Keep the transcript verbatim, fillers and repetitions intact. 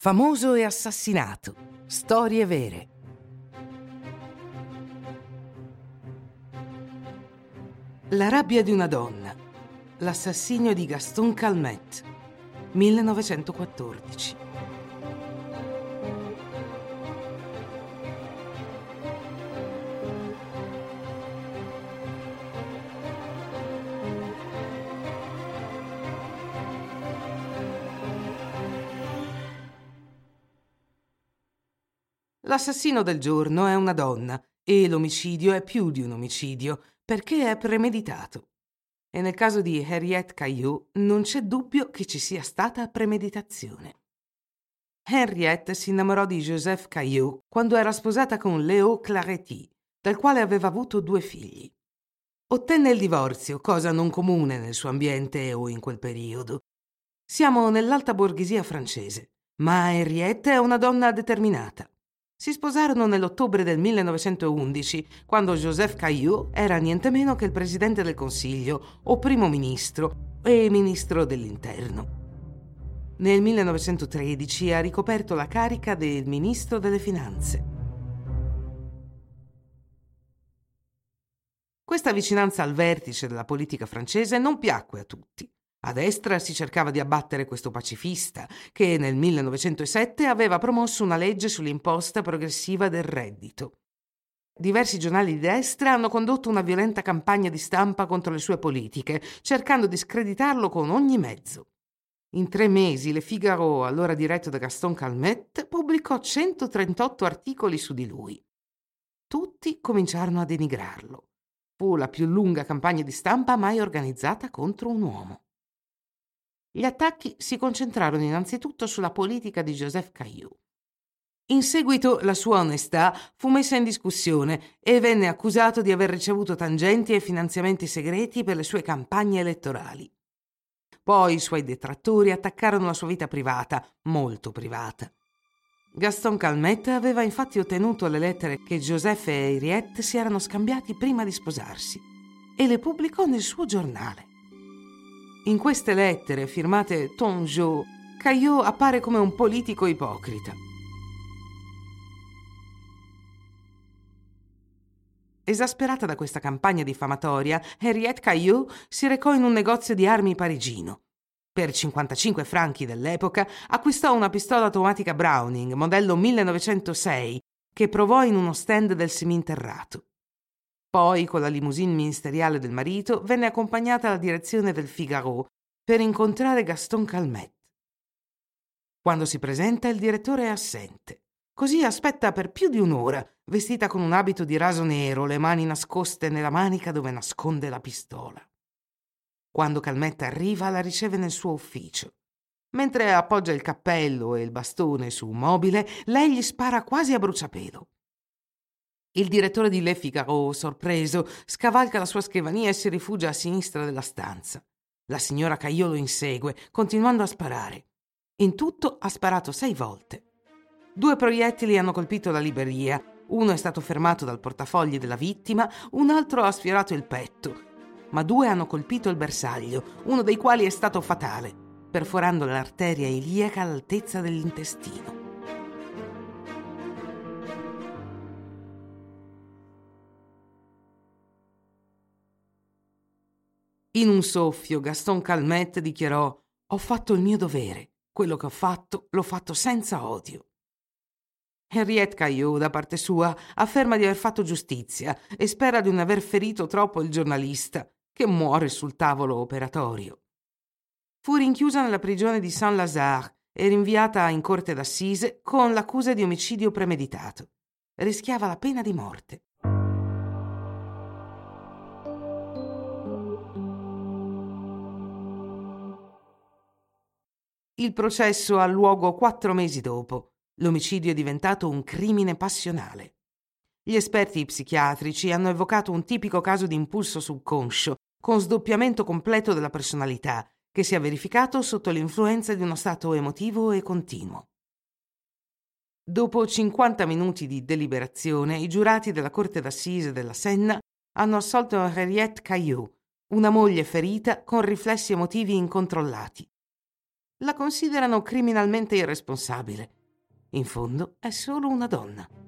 Famoso e assassinato. Storie vere. La rabbia di una donna. L'assassinio di Gaston Calmette. millenovecentoquattordici. L'assassino del giorno è una donna e l'omicidio è più di un omicidio perché è premeditato. E nel caso di Henriette Caillou non c'è dubbio che ci sia stata premeditazione. Henriette si innamorò di Joseph Caillou quando era sposata con Léo Claretie, dal quale aveva avuto due figli. Ottenne il divorzio, cosa non comune nel suo ambiente o in quel periodo. Siamo nell'alta borghesia francese, ma Henriette è una donna determinata. Si sposarono nell'ottobre del millenovecentoundici, quando Joseph Caillou era niente meno che il presidente del Consiglio, o primo ministro, e ministro dell'Interno. Nel millenovecentotredici ha ricoperto la carica del ministro delle Finanze. Questa vicinanza al vertice della politica francese non piacque a tutti. A destra si cercava di abbattere questo pacifista che nel millenovecentosette aveva promosso una legge sull'imposta progressiva del reddito. Diversi giornali di destra hanno condotto una violenta campagna di stampa contro le sue politiche, cercando di screditarlo con ogni mezzo. In tre mesi Le Figaro, allora diretto da Gaston Calmette, pubblicò centotrentotto articoli su di lui. Tutti cominciarono a denigrarlo. Fu la più lunga campagna di stampa mai organizzata contro un uomo. Gli attacchi si concentrarono innanzitutto sulla politica di Joseph Caillou. In seguito la sua onestà fu messa in discussione e venne accusato di aver ricevuto tangenti e finanziamenti segreti per le sue campagne elettorali. Poi i suoi detrattori attaccarono la sua vita privata, molto privata. Gaston Calmette aveva infatti ottenuto le lettere che Joseph e Henriette si erano scambiati prima di sposarsi e le pubblicò nel suo giornale. In queste lettere, firmate Tongeau, Caillou appare come un politico ipocrita. Esasperata da questa campagna diffamatoria, Henriette Caillou si recò in un negozio di armi parigino. Per cinquantacinque franchi dell'epoca acquistò una pistola automatica Browning, modello millenovecentosei, che provò in uno stand del seminterrato. Poi, con la limousine ministeriale del marito, venne accompagnata alla direzione del Figaro per incontrare Gaston Calmette. Quando si presenta, il direttore è assente. Così aspetta per più di un'ora, vestita con un abito di raso nero, le mani nascoste nella manica dove nasconde la pistola. Quando Calmette arriva, la riceve nel suo ufficio. Mentre appoggia il cappello e il bastone su un mobile, lei gli spara quasi a bruciapelo. Il direttore di Le Figaro, sorpreso, scavalca la sua scrivania e si rifugia a sinistra della stanza. La signora Caillou lo insegue, continuando a sparare. In tutto ha sparato sei volte. Due proiettili hanno colpito la libreria, uno è stato fermato dal portafogli della vittima, un altro ha sfiorato il petto, ma due hanno colpito il bersaglio, uno dei quali è stato fatale, perforando l'arteria iliaca all'altezza dell'intestino. In un soffio Gaston Calmette dichiarò: «Ho fatto il mio dovere, quello che ho fatto l'ho fatto senza odio». Henriette Caillou, da parte sua, afferma di aver fatto giustizia e spera di non aver ferito troppo il giornalista, che muore sul tavolo operatorio. Fu rinchiusa nella prigione di Saint-Lazare e rinviata in corte d'assise con l'accusa di omicidio premeditato. Rischiava la pena di morte. Il processo ha luogo quattro mesi dopo. L'omicidio è diventato un crimine passionale. Gli esperti psichiatrici hanno evocato un tipico caso di impulso subconscio, con sdoppiamento completo della personalità, che si è verificato sotto l'influenza di uno stato emotivo e continuo. Dopo cinquanta minuti di deliberazione, i giurati della Corte d'Assise della Senna hanno assolto Henriette Caillou, una moglie ferita con riflessi emotivi incontrollati. La considerano criminalmente irresponsabile. In fondo è solo una donna.